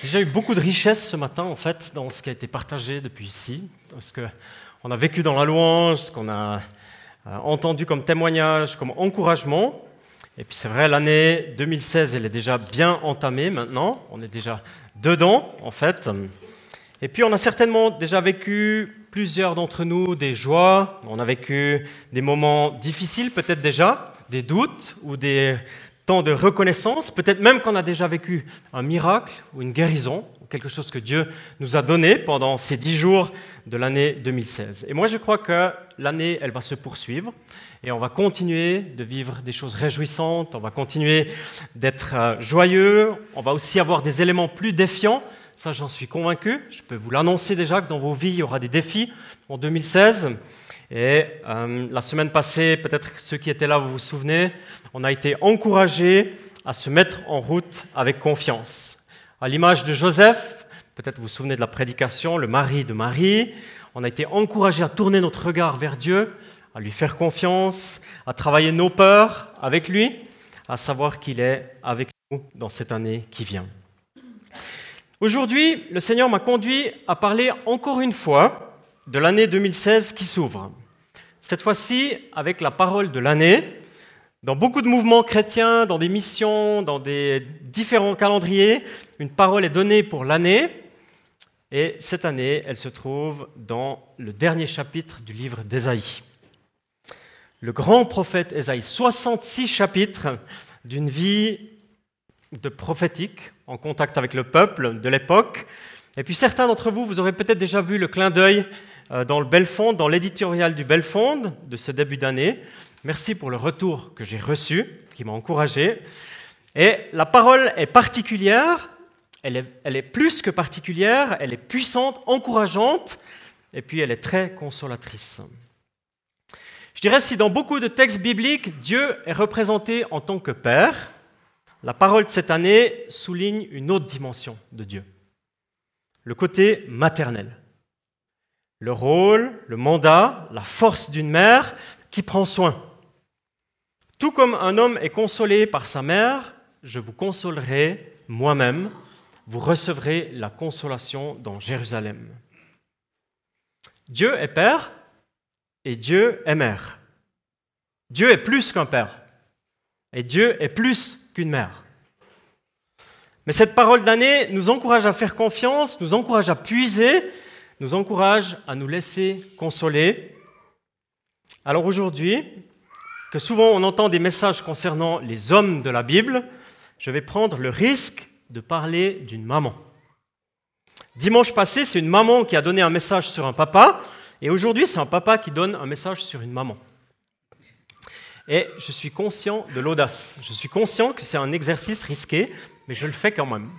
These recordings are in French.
Déjà eu beaucoup de richesse ce matin, en fait, dans ce qui a été partagé depuis ici. Ce qu'on a vécu dans la louange, ce qu'on a entendu comme témoignage, comme encouragement. Et puis c'est vrai, l'année 2016, elle est déjà bien entamée maintenant. On est déjà dedans, en fait. Et puis on a certainement déjà vécu, plusieurs d'entre nous, des joies. On a vécu des moments difficiles, peut-être déjà, des doutes ou des temps de reconnaissance. Peut-être même qu'on a déjà vécu un miracle ou une guérison, ou quelque chose que Dieu nous a donné pendant ces 10 jours de l'année 2016. Et moi, je crois que l'année, elle va se poursuivre. Et on va continuer de vivre des choses réjouissantes, on va continuer d'être joyeux, on va aussi avoir des éléments plus défiants, ça j'en suis convaincu. Je peux vous l'annoncer déjà que dans vos vies, il y aura des défis en 2016. Et la semaine passée, peut-être ceux qui étaient là, vous vous souvenez, on a été encouragés à se mettre en route avec confiance. À l'image de Joseph, peut-être vous vous souvenez de la prédication, le mari de Marie, on a été encouragés à tourner notre regard vers Dieu, à lui faire confiance, à travailler nos peurs avec lui, à savoir qu'il est avec nous dans cette année qui vient. Aujourd'hui, le Seigneur m'a conduit à parler encore une fois de l'année 2016 qui s'ouvre. Cette fois-ci, avec la parole de l'année. Dans beaucoup de mouvements chrétiens, dans des missions, dans des différents calendriers, une parole est donnée pour l'année. Et cette année, elle se trouve dans le dernier chapitre du livre d'Ésaïe. Le grand prophète Ésaïe, 66 chapitres d'une vie de prophétique en contact avec le peuple de l'époque. Et puis certains d'entre vous, vous aurez peut-être déjà vu le clin d'œil dans le Bellefonds, dans l'éditorial du Bellefonds de ce début d'année. Merci pour le retour que j'ai reçu, qui m'a encouragé. Et la parole est particulière, elle est plus que particulière, elle est puissante, encourageante, et puis elle est très consolatrice. Je dirais, si dans beaucoup de textes bibliques, Dieu est représenté en tant que Père, la parole de cette année souligne une autre dimension de Dieu, le côté maternel. Le rôle, le mandat, la force d'une mère qui prend soin. Tout comme un homme est consolé par sa mère, je vous consolerai moi-même, vous recevrez la consolation dans Jérusalem. Dieu est Père, et Dieu est mère. Dieu est plus qu'un père. Et Dieu est plus qu'une mère. Mais cette parole d'année nous encourage à faire confiance, nous encourage à puiser, nous encourage à nous laisser consoler. Alors aujourd'hui, que souvent on entend des messages concernant les hommes de la Bible, je vais prendre le risque de parler d'une maman. Dimanche passé, c'est une maman qui a donné un message sur un papa. Et aujourd'hui, c'est un papa qui donne un message sur une maman. Et je suis conscient de l'audace. Je suis conscient que c'est un exercice risqué, mais je le fais quand même.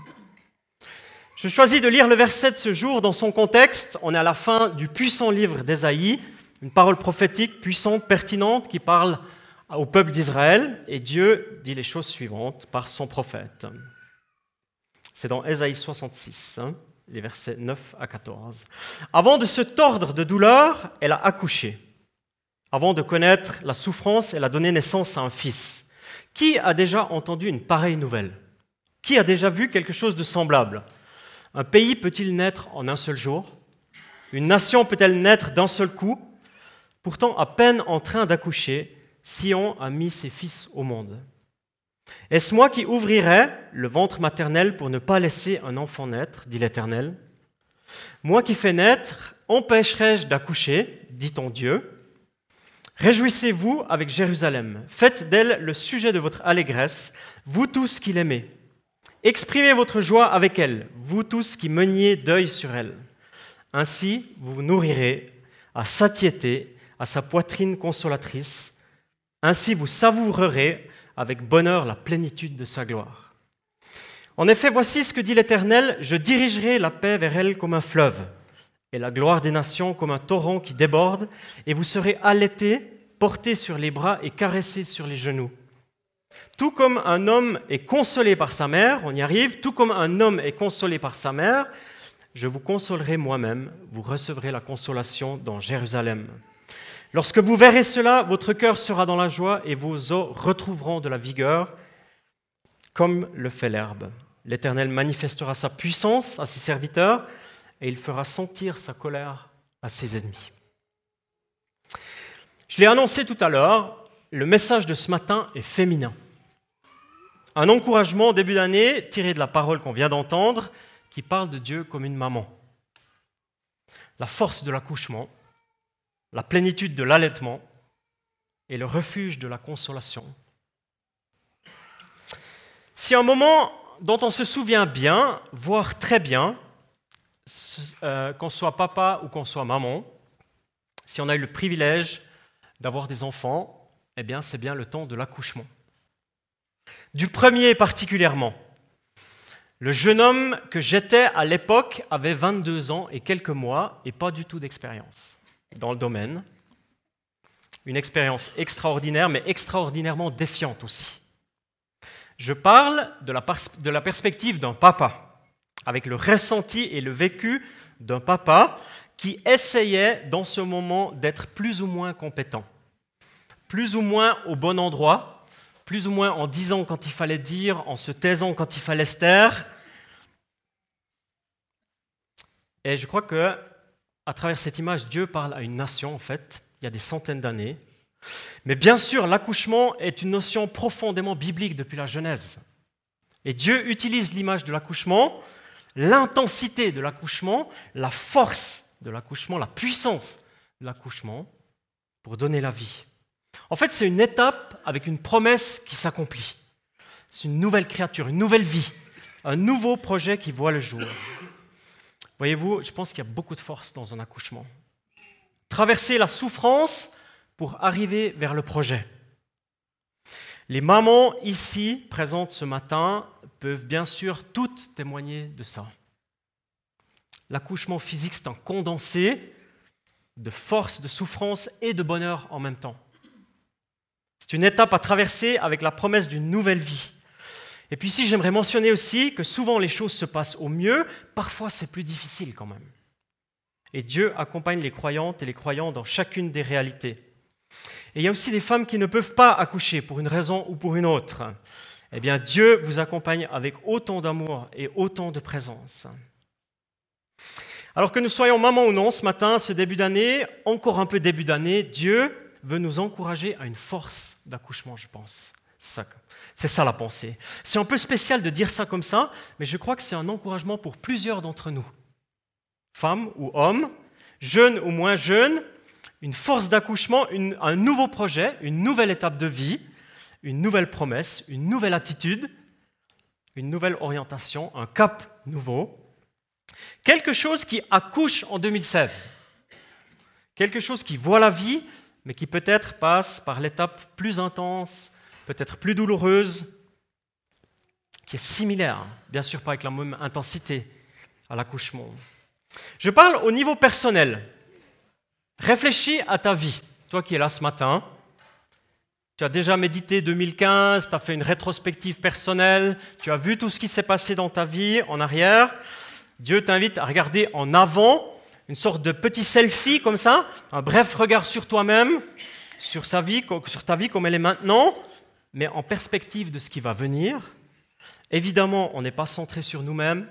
Je choisis de lire le verset de ce jour dans son contexte. On est à la fin du puissant livre d'Ésaïe, une parole prophétique puissante, pertinente, qui parle au peuple d'Israël. Et Dieu dit les choses suivantes par son prophète. C'est dans Ésaïe 66, les versets 9 à 14. Avant de se tordre de douleur, elle a accouché. Avant de connaître la souffrance, elle a donné naissance à un fils. Qui a déjà entendu une pareille nouvelle ? Qui a déjà vu quelque chose de semblable ? Un pays peut-il naître en un seul jour ? Une nation peut-elle naître d'un seul coup ? Pourtant, à peine en train d'accoucher, Sion a mis ses fils au monde. Est-ce moi qui ouvrirai le ventre maternel pour ne pas laisser un enfant naître, dit l'Éternel ? Moi qui fais naître, empêcherai-je d'accoucher, dit ton Dieu ? Réjouissez-vous avec Jérusalem, faites d'elle le sujet de votre allégresse, vous tous qui l'aimez. Exprimez votre joie avec elle, vous tous qui meniez deuil sur elle. Ainsi, vous vous nourrirez à satiété, à sa poitrine consolatrice. Ainsi, vous savourerez avec bonheur la plénitude de sa gloire. En effet, voici ce que dit l'Éternel, je dirigerai la paix vers elle comme un fleuve, et la gloire des nations comme un torrent qui déborde, et vous serez allaités, portés sur les bras et caressés sur les genoux. Tout comme un homme est consolé par sa mère, on y arrive, tout comme un homme est consolé par sa mère, je vous consolerai moi-même, vous recevrez la consolation dans Jérusalem. Lorsque vous verrez cela, votre cœur sera dans la joie et vos os retrouveront de la vigueur comme le fait l'herbe. L'Éternel manifestera sa puissance à ses serviteurs et il fera sentir sa colère à ses ennemis. Je l'ai annoncé tout à l'heure, le message de ce matin est féminin. Un encouragement au début d'année tiré de la parole qu'on vient d'entendre qui parle de Dieu comme une maman. La force de l'accouchement, la plénitude de l'allaitement et le refuge de la consolation. Si un moment dont on se souvient bien, voire très bien, qu'on soit papa ou qu'on soit maman, si on a eu le privilège d'avoir des enfants, eh bien c'est bien le temps de l'accouchement. Du premier particulièrement. Le jeune homme que j'étais à l'époque avait 22 ans et quelques mois et pas du tout d'expérience dans le domaine. Une expérience extraordinaire, mais extraordinairement défiante aussi. Je parle de la perspective d'un papa, avec le ressenti et le vécu d'un papa qui essayait dans ce moment d'être plus ou moins compétent, plus ou moins au bon endroit, plus ou moins en disant quand il fallait dire, en se taisant quand il fallait se taire. Et je crois que, à travers cette image, Dieu parle à une nation, en fait, il y a des centaines d'années. Mais bien sûr, l'accouchement est une notion profondément biblique depuis la Genèse. Et Dieu utilise l'image de l'accouchement, l'intensité de l'accouchement, la force de l'accouchement, la puissance de l'accouchement pour donner la vie. En fait, c'est une étape avec une promesse qui s'accomplit. C'est une nouvelle créature, une nouvelle vie, un nouveau projet qui voit le jour. Voyez-vous, je pense qu'il y a beaucoup de force dans un accouchement. Traverser la souffrance pour arriver vers le projet. Les mamans ici, présentes ce matin, peuvent bien sûr toutes témoigner de ça. L'accouchement physique, c'est un condensé de force, de souffrance et de bonheur en même temps. C'est une étape à traverser avec la promesse d'une nouvelle vie. Et puis ici, j'aimerais mentionner aussi que souvent les choses se passent au mieux, parfois c'est plus difficile quand même. Et Dieu accompagne les croyantes et les croyants dans chacune des réalités. Et il y a aussi des femmes qui ne peuvent pas accoucher pour une raison ou pour une autre. Eh bien, Dieu vous accompagne avec autant d'amour et autant de présence. Alors que nous soyons mamans ou non, ce matin, ce début d'année, encore un peu début d'année, Dieu veut nous encourager à une force d'accouchement, je pense. C'est ça la pensée. C'est un peu spécial de dire ça comme ça, mais je crois que c'est un encouragement pour plusieurs d'entre nous. Femmes ou hommes, jeunes ou moins jeunes, une force d'accouchement, un nouveau projet, une nouvelle étape de vie, une nouvelle promesse, une nouvelle attitude, une nouvelle orientation, un cap nouveau. Quelque chose qui accouche en 2016. Quelque chose qui voit la vie, mais qui peut-être passe par l'étape plus intense, peut-être plus douloureuse, qui est similaire, bien sûr pas avec la même intensité à l'accouchement. Je parle au niveau personnel. Réfléchis à ta vie, toi qui es là ce matin. Tu as déjà médité 2015, tu as fait une rétrospective personnelle, tu as vu tout ce qui s'est passé dans ta vie en arrière. Dieu t'invite à regarder en avant, une sorte de petit selfie comme ça, un bref regard sur toi-même, sur ta vie comme elle est maintenant, mais en perspective de ce qui va venir. Évidemment, on n'est pas centré sur nous-mêmes,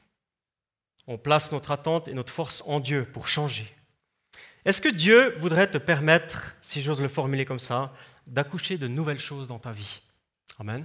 on place notre attente et notre force en Dieu pour changer. Est-ce que Dieu voudrait te permettre, si j'ose le formuler comme ça, d'accoucher de nouvelles choses dans ta vie? Amen.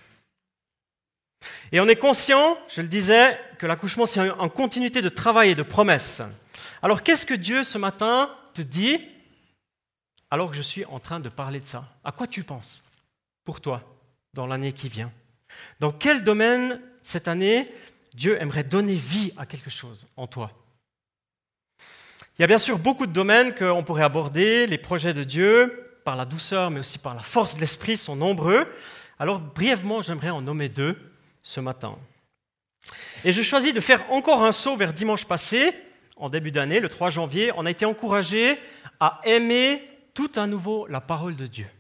Et on est conscient, je le disais, que l'accouchement, c'est en continuité de travail et de promesses. Alors, qu'est-ce que Dieu, ce matin, te dit, alors que je suis en train de parler de ça? À quoi tu penses, pour toi, dans l'année qui vient? Dans quel domaine, cette année, Dieu aimerait donner vie à quelque chose en toi? Il y a bien sûr beaucoup de domaines qu'on pourrait aborder. Les projets de Dieu, par la douceur, mais aussi par la force de l'esprit, sont nombreux. Alors, brièvement, j'aimerais en nommer 2 ce matin. Et je choisis de faire encore un saut vers dimanche passé, en début d'année, le 3 janvier. On a été encouragés à aimer tout à nouveau la parole de Dieu,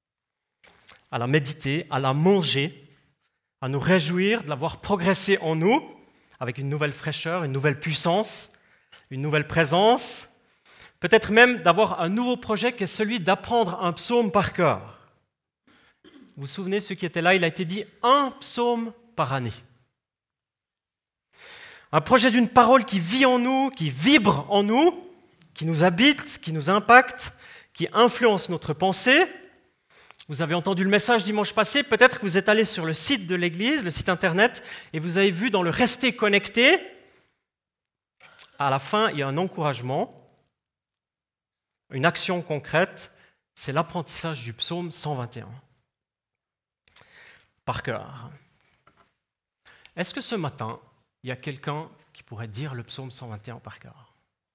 à la méditer, à la manger, à nous réjouir de la voir progresser en nous, avec une nouvelle fraîcheur, une nouvelle puissance, une nouvelle présence, peut-être même d'avoir un nouveau projet qui est celui d'apprendre un psaume par cœur. Vous vous souvenez, ceux qui étaient là, il a été dit un psaume par année. Un projet d'une parole qui vit en nous, qui vibre en nous, qui nous habite, qui nous impacte, qui influence notre pensée. Vous avez entendu le message dimanche passé, peut-être que vous êtes allé sur le site de l'église, le site internet, et vous avez vu dans le rester connecté, à la fin, il y a un encouragement, une action concrète, c'est l'apprentissage du psaume 121. Par cœur. Est-ce que ce matin, il y a quelqu'un qui pourrait dire le psaume 121 par cœur?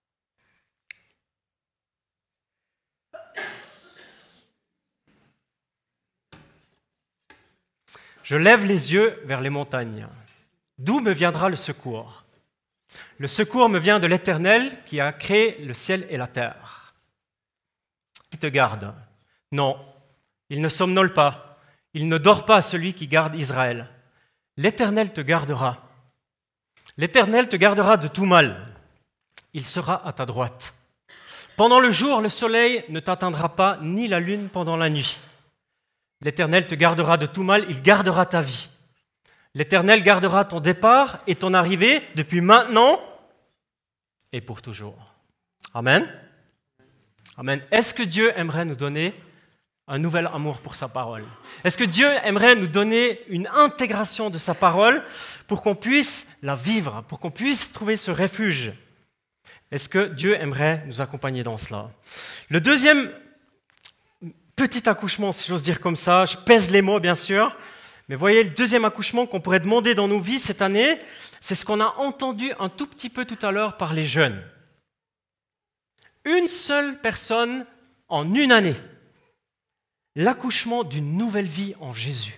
Je lève les yeux vers les montagnes. D'où me viendra le secours? Le secours me vient de l'Éternel qui a créé le ciel et la terre. Qui te garde? Non, il ne somnole pas. Il ne dort pas celui qui garde Israël. L'Éternel te gardera. L'Éternel te gardera de tout mal. Il sera à ta droite. Pendant le jour, le soleil ne t'atteindra pas, ni la lune pendant la nuit. L'Éternel te gardera de tout mal, il gardera ta vie. L'Éternel gardera ton départ et ton arrivée depuis maintenant et pour toujours. Amen. Amen. Est-ce que Dieu aimerait nous donner un nouvel amour pour sa parole? Est-ce que Dieu aimerait nous donner une intégration de sa parole pour qu'on puisse la vivre, pour qu'on puisse trouver ce refuge? Est-ce que Dieu aimerait nous accompagner dans cela? Le deuxième petit accouchement, si j'ose dire comme ça, je pèse les mots bien sûr, mais voyez, le deuxième accouchement qu'on pourrait demander dans nos vies cette année, c'est ce qu'on a entendu un tout petit peu tout à l'heure par les jeunes. Une seule personne en une année. L'accouchement d'une nouvelle vie en Jésus.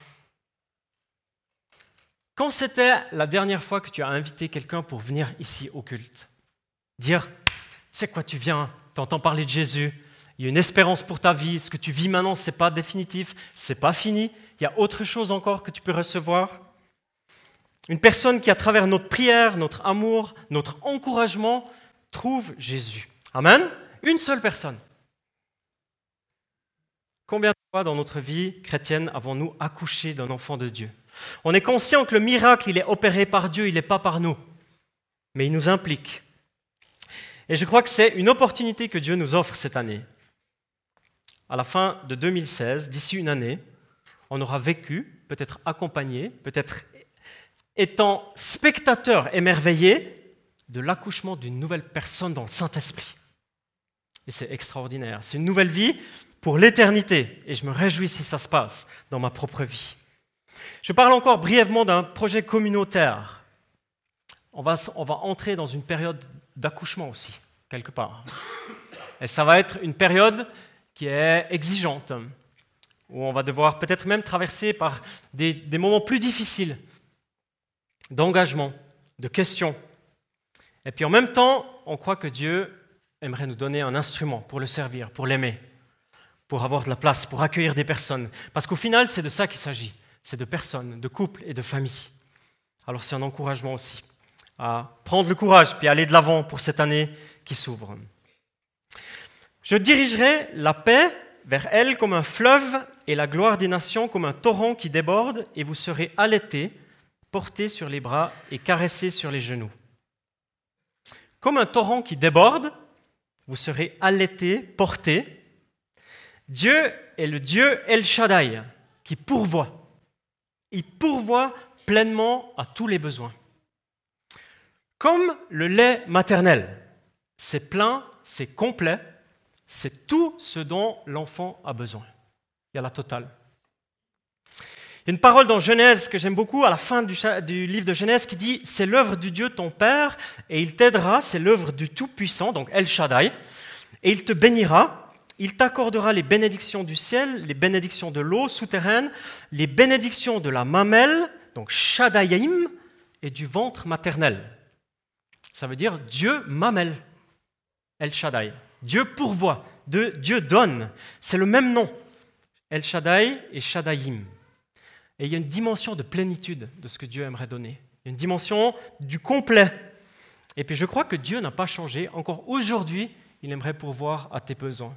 Quand c'était la dernière fois que tu as invité quelqu'un pour venir ici au culte? Dire, c'est quoi, tu viens, tu entends parler de Jésus, il y a une espérance pour ta vie, ce que tu vis maintenant, ce n'est pas définitif, ce n'est pas fini, il y a autre chose encore que tu peux recevoir. Une personne qui, à travers notre prière, notre amour, notre encouragement, trouve Jésus. Amen. Une seule personne. Combien de fois dans notre vie chrétienne avons-nous accouché d'un enfant de Dieu? On est conscient que le miracle, il est opéré par Dieu, il n'est pas par nous. Mais il nous implique. Et je crois que c'est une opportunité que Dieu nous offre cette année. À la fin de 2016, d'ici une année, on aura vécu, peut-être accompagné, peut-être étant spectateur émerveillé de l'accouchement d'une nouvelle personne dans le Saint-Esprit. Et c'est extraordinaire. C'est une nouvelle vie pour l'éternité. Et je me réjouis si ça se passe dans ma propre vie. Je parle encore brièvement d'un projet communautaire. On va entrer dans une période d'accouchement aussi, quelque part. Et ça va être une période qui est exigeante, où on va devoir peut-être même traverser par des moments plus difficiles d'engagement, de questions. Et puis en même temps, on croit que Dieu aimerait nous donner un instrument pour le servir, pour l'aimer, pour avoir de la place, pour accueillir des personnes. Parce qu'au final, c'est de ça qu'il s'agit. C'est de personnes, de couples et de familles. Alors c'est un encouragement aussi à prendre le courage puis aller de l'avant pour cette année qui s'ouvre. Je dirigerai la paix vers elle comme un fleuve et la gloire des nations comme un torrent qui déborde, et vous serez allaités, portés sur les bras et caressés sur les genoux. Comme un torrent qui déborde, vous serez allaités, portés. Dieu est le Dieu El Shaddai qui pourvoit. Il pourvoit pleinement à tous les besoins. Comme le lait maternel, c'est plein, c'est complet, c'est tout ce dont l'enfant a besoin. Il y a la totale. Il y a une parole dans Genèse que j'aime beaucoup, à la fin du livre de Genèse, qui dit « C'est l'œuvre du Dieu ton Père, et il t'aidera, c'est l'œuvre du Tout-Puissant, donc El Shaddai, et il te bénira, il t'accordera les bénédictions du ciel, les bénédictions de l'eau souterraine, les bénédictions de la mamelle, donc Shaddayim, et du ventre maternel. » Ça veut dire Dieu mamelle, El Shaddai. Dieu pourvoit, Dieu donne. C'est le même nom, El Shaddai et Shaddayim. Et il y a une dimension de plénitude de ce que Dieu aimerait donner. Il y a une dimension du complet. Et puis je crois que Dieu n'a pas changé. Encore aujourd'hui, il aimerait pourvoir à tes besoins.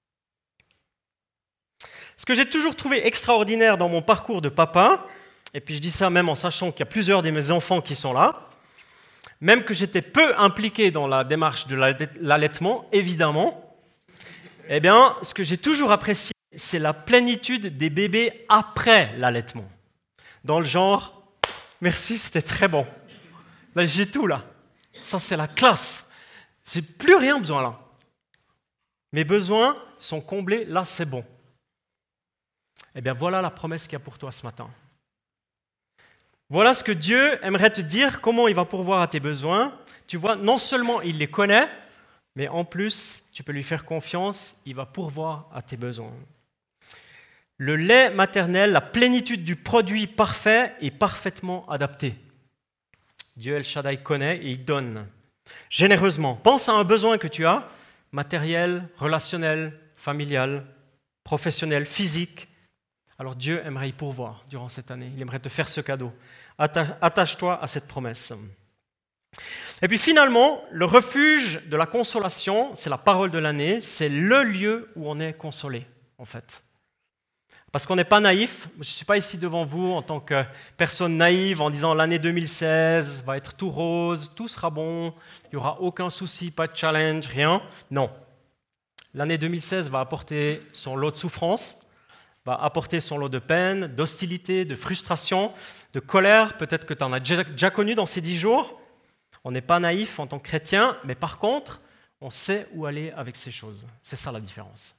Ce que j'ai toujours trouvé extraordinaire dans mon parcours de papa, et puis je dis ça même en sachant qu'il y a plusieurs de mes enfants qui sont là, même que j'étais peu impliqué dans la démarche de l'allaitement, évidemment, eh bien, ce que j'ai toujours apprécié, c'est la plénitude des bébés après l'allaitement. Dans le genre, merci, c'était très bon. Là, j'ai tout, là. Ça, c'est la classe. J'ai plus rien besoin, là. Mes besoins sont comblés, là, c'est bon. Eh bien, voilà la promesse qu'il y a pour toi ce matin. Voilà ce que Dieu aimerait te dire, comment il va pourvoir à tes besoins. Tu vois, non seulement il les connaît, mais en plus, tu peux lui faire confiance, il va pourvoir à tes besoins. Le lait maternel, la plénitude du produit parfait est parfaitement adapté. Dieu El Shaddai connaît et il donne généreusement. Pense à un besoin que tu as, matériel, relationnel, familial, professionnel, physique. Alors Dieu aimerait y pourvoir durant cette année. Il aimerait te faire ce cadeau. Attache-toi à cette promesse. Et puis finalement, le refuge de la consolation, c'est la parole de l'année, c'est le lieu où on est consolé, en fait. Parce qu'on n'est pas naïf. Je ne suis pas ici devant vous en tant que personne naïve en disant l'année 2016 va être tout rose, tout sera bon, il n'y aura aucun souci, pas de challenge, rien. Non. L'année 2016 va apporter son lot de souffrance, va apporter son lot de peine, d'hostilité, de frustration, de colère. Peut-être que tu en as déjà connu dans ces 10 jours. On n'est pas naïf en tant que chrétien, mais par contre, on sait où aller avec ces choses. C'est ça la différence.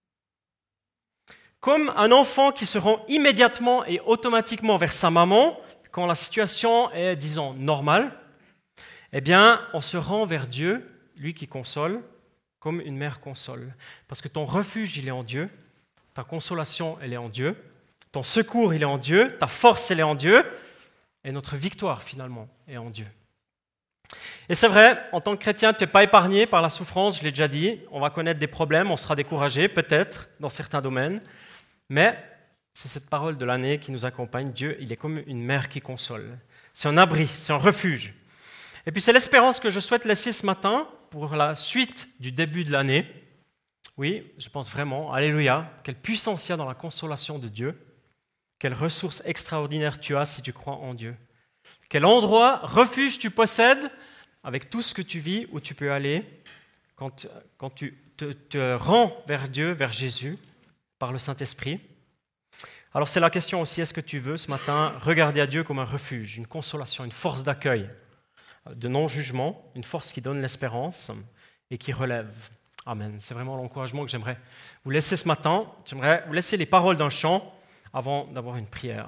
Comme un enfant qui se rend immédiatement et automatiquement vers sa maman quand la situation est, disons, normale, eh bien, on se rend vers Dieu, lui qui console, comme une mère console. Parce que ton refuge, il est en Dieu, ta consolation, elle est en Dieu, ton secours, il est en Dieu, ta force, elle est en Dieu, et notre victoire, finalement, est en Dieu. Et c'est vrai, en tant que chrétien, tu n'es pas épargné par la souffrance, je l'ai déjà dit, on va connaître des problèmes, on sera découragé, peut-être, dans certains domaines, mais c'est cette parole de l'année qui nous accompagne. Dieu, il est comme une mère qui console. C'est un abri, c'est un refuge. Et puis c'est l'espérance que je souhaite laisser ce matin pour la suite du début de l'année. Oui, je pense vraiment, alléluia, quelle puissance il y a dans la consolation de Dieu, quelle ressource extraordinaire tu as si tu crois en Dieu. Quel endroit, refuge tu possèdes avec tout ce que tu vis, où tu peux aller quand tu te rends vers Dieu, vers Jésus, par le Saint-Esprit. Alors c'est la question aussi, est-ce que tu veux ce matin regarder à Dieu comme un refuge, une consolation, une force d'accueil, de non-jugement, une force qui donne l'espérance et qui relève. Amen. C'est vraiment l'encouragement que j'aimerais vous laisser ce matin. J'aimerais vous laisser les paroles d'un chant avant d'avoir une prière.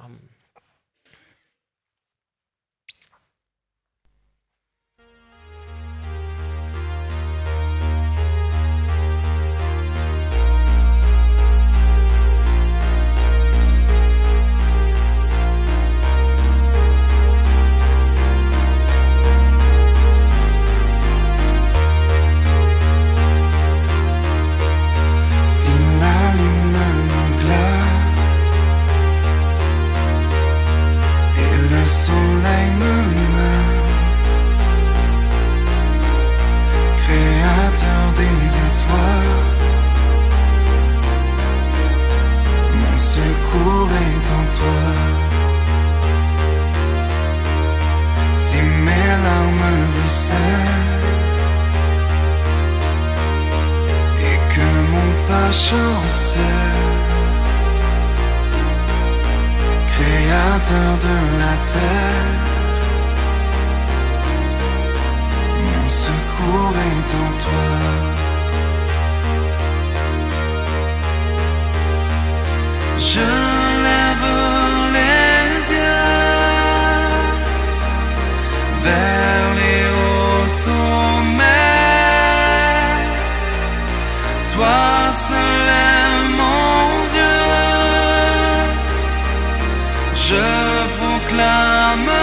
Créateur de la terre, mon secours est en toi. Je lève les yeux vers les hauts sommets. Toi seul est mon Dieu. Je proclamerai,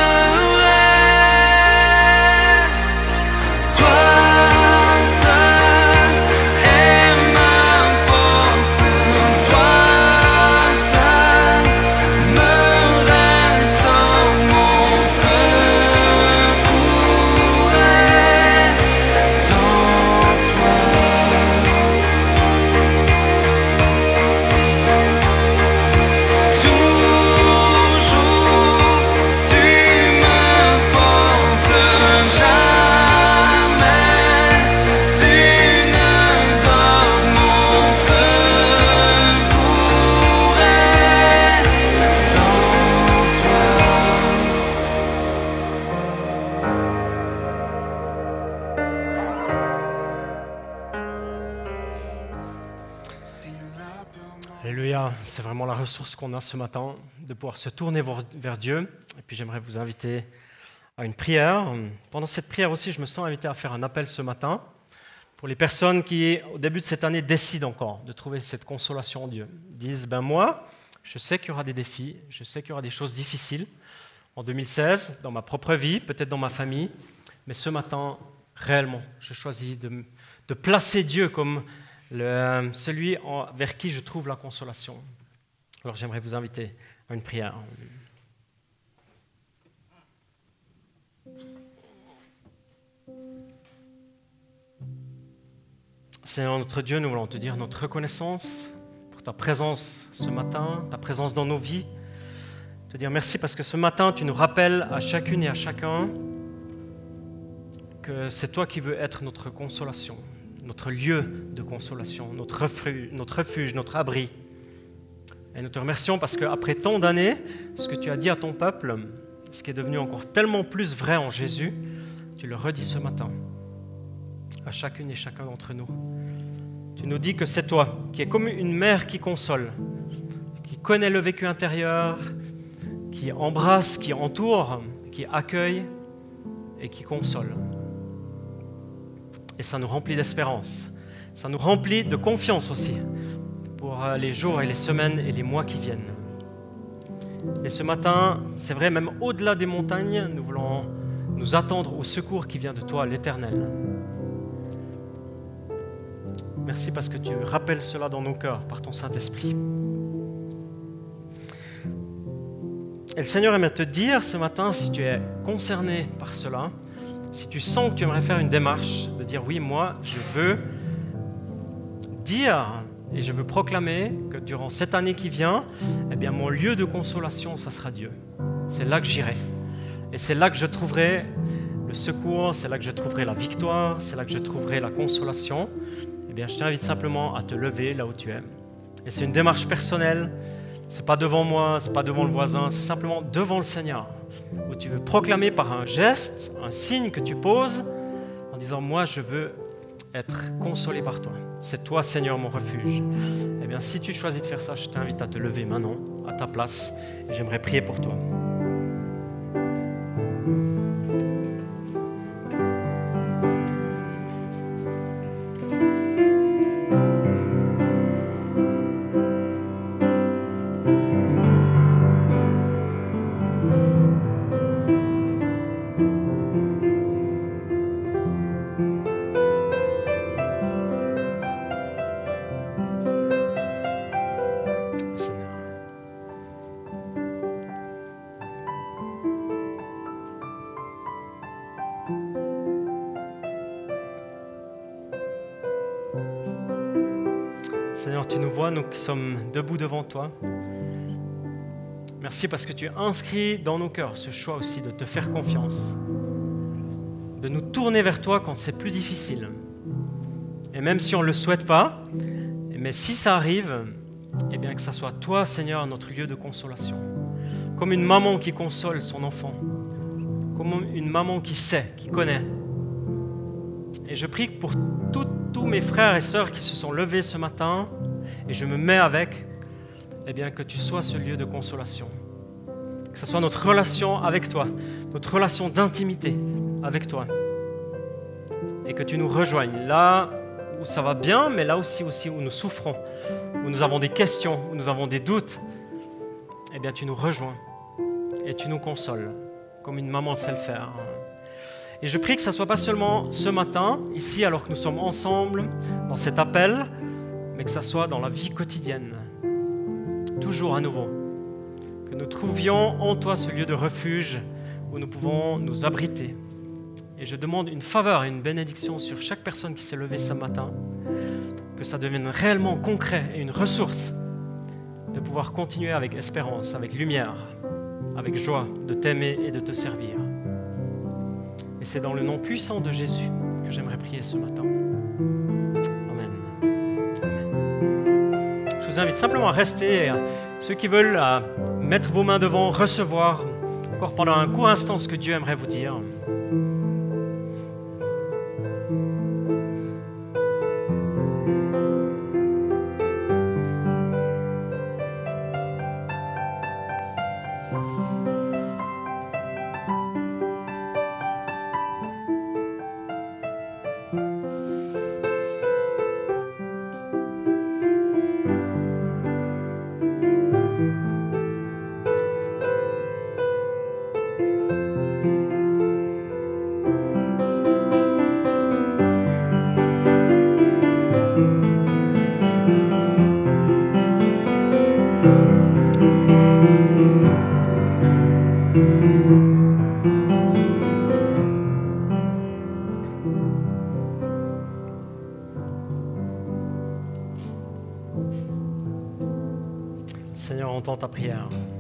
toi seul est ma force, toi seul me restaure, mon secours est en toi. Alléluia, c'est vraiment la ressource qu'on a ce matin, de pouvoir se tourner vers Dieu. Et puis j'aimerais vous inviter à une prière. Pendant cette prière aussi, je me sens invité à faire un appel ce matin pour les personnes qui, au début de cette année, décident encore de trouver cette consolation en Dieu. Disent, moi, je sais qu'il y aura des défis, je sais qu'il y aura des choses difficiles en 2016, dans ma propre vie, peut-être dans ma famille, mais ce matin, réellement, je choisis de placer Dieu comme celui vers qui je trouve la consolation. Alors j'aimerais vous inviter à une prière. Seigneur notre Dieu, nous voulons te dire notre reconnaissance pour ta présence ce matin, ta présence dans nos vies. Te dire merci parce que ce matin, tu nous rappelles à chacune et à chacun que c'est toi qui veux être notre consolation, notre lieu de consolation, notre refuge, notre abri. Et nous te remercions parce qu'après tant d'années, ce que tu as dit à ton peuple, ce qui est devenu encore tellement plus vrai en Jésus, tu le redis ce matin à chacune et chacun d'entre nous. Tu nous dis que c'est toi qui es comme une mère qui console, qui connaît le vécu intérieur, qui embrasse, qui entoure, qui accueille et qui console. Et ça nous remplit d'espérance, ça nous remplit de confiance aussi pour les jours et les semaines et les mois qui viennent. Et ce matin, c'est vrai, même au-delà des montagnes, nous voulons nous attendre au secours qui vient de toi, l'Éternel. Merci parce que tu rappelles cela dans nos cœurs par ton Saint-Esprit. Et le Seigneur aimerait te dire ce matin, si tu es concerné par cela, si tu sens que tu aimerais faire une démarche, de dire oui, moi, je veux dire et je veux proclamer que durant cette année qui vient, mon lieu de consolation, ça sera Dieu. C'est là que j'irai. Et c'est là que je trouverai le secours, c'est là que je trouverai la victoire, c'est là que je trouverai la consolation. Je t'invite simplement à te lever là où tu es. Et c'est une démarche personnelle. C'est pas devant moi, c'est pas devant le voisin, c'est simplement devant le Seigneur, où tu veux proclamer par un geste, un signe que tu poses, en disant « Moi, je veux être consolé par toi. C'est toi, Seigneur, mon refuge. » Si tu choisis de faire ça, je t'invite à te lever maintenant, à ta place, et j'aimerais prier pour toi. Seigneur, tu nous vois, nous qui sommes debout devant toi. Merci parce que tu as inscrit dans nos cœurs ce choix aussi de te faire confiance, de nous tourner vers toi quand c'est plus difficile. Et même si on ne le souhaite pas, mais si ça arrive, que ça soit toi, Seigneur, notre lieu de consolation. Comme une maman qui console son enfant, comme une maman qui sait, qui connaît. Et je prie pour tous mes frères et sœurs qui se sont levés ce matin, et je me mets avec, que tu sois ce lieu de consolation. Que ce soit notre relation avec toi, notre relation d'intimité avec toi. Et que tu nous rejoignes là où ça va bien, mais là aussi où nous souffrons, où nous avons des questions, où nous avons des doutes. Tu nous rejoins et tu nous consoles, comme une maman sait le faire. Et je prie que ça ne soit pas seulement ce matin, ici, alors que nous sommes ensemble, dans cet appel, mais que ça soit dans la vie quotidienne, toujours à nouveau. Que nous trouvions en toi ce lieu de refuge où nous pouvons nous abriter. Et je demande une faveur et une bénédiction sur chaque personne qui s'est levée ce matin, que ça devienne réellement concret et une ressource de pouvoir continuer avec espérance, avec lumière, avec joie, de t'aimer et de te servir. Et c'est dans le nom puissant de Jésus que j'aimerais prier ce matin. Amen. Amen. Je vous invite simplement à rester, ceux qui veulent, à mettre vos mains devant, recevoir encore pendant un court instant ce que Dieu aimerait vous dire. Seigneur, entends ta prière.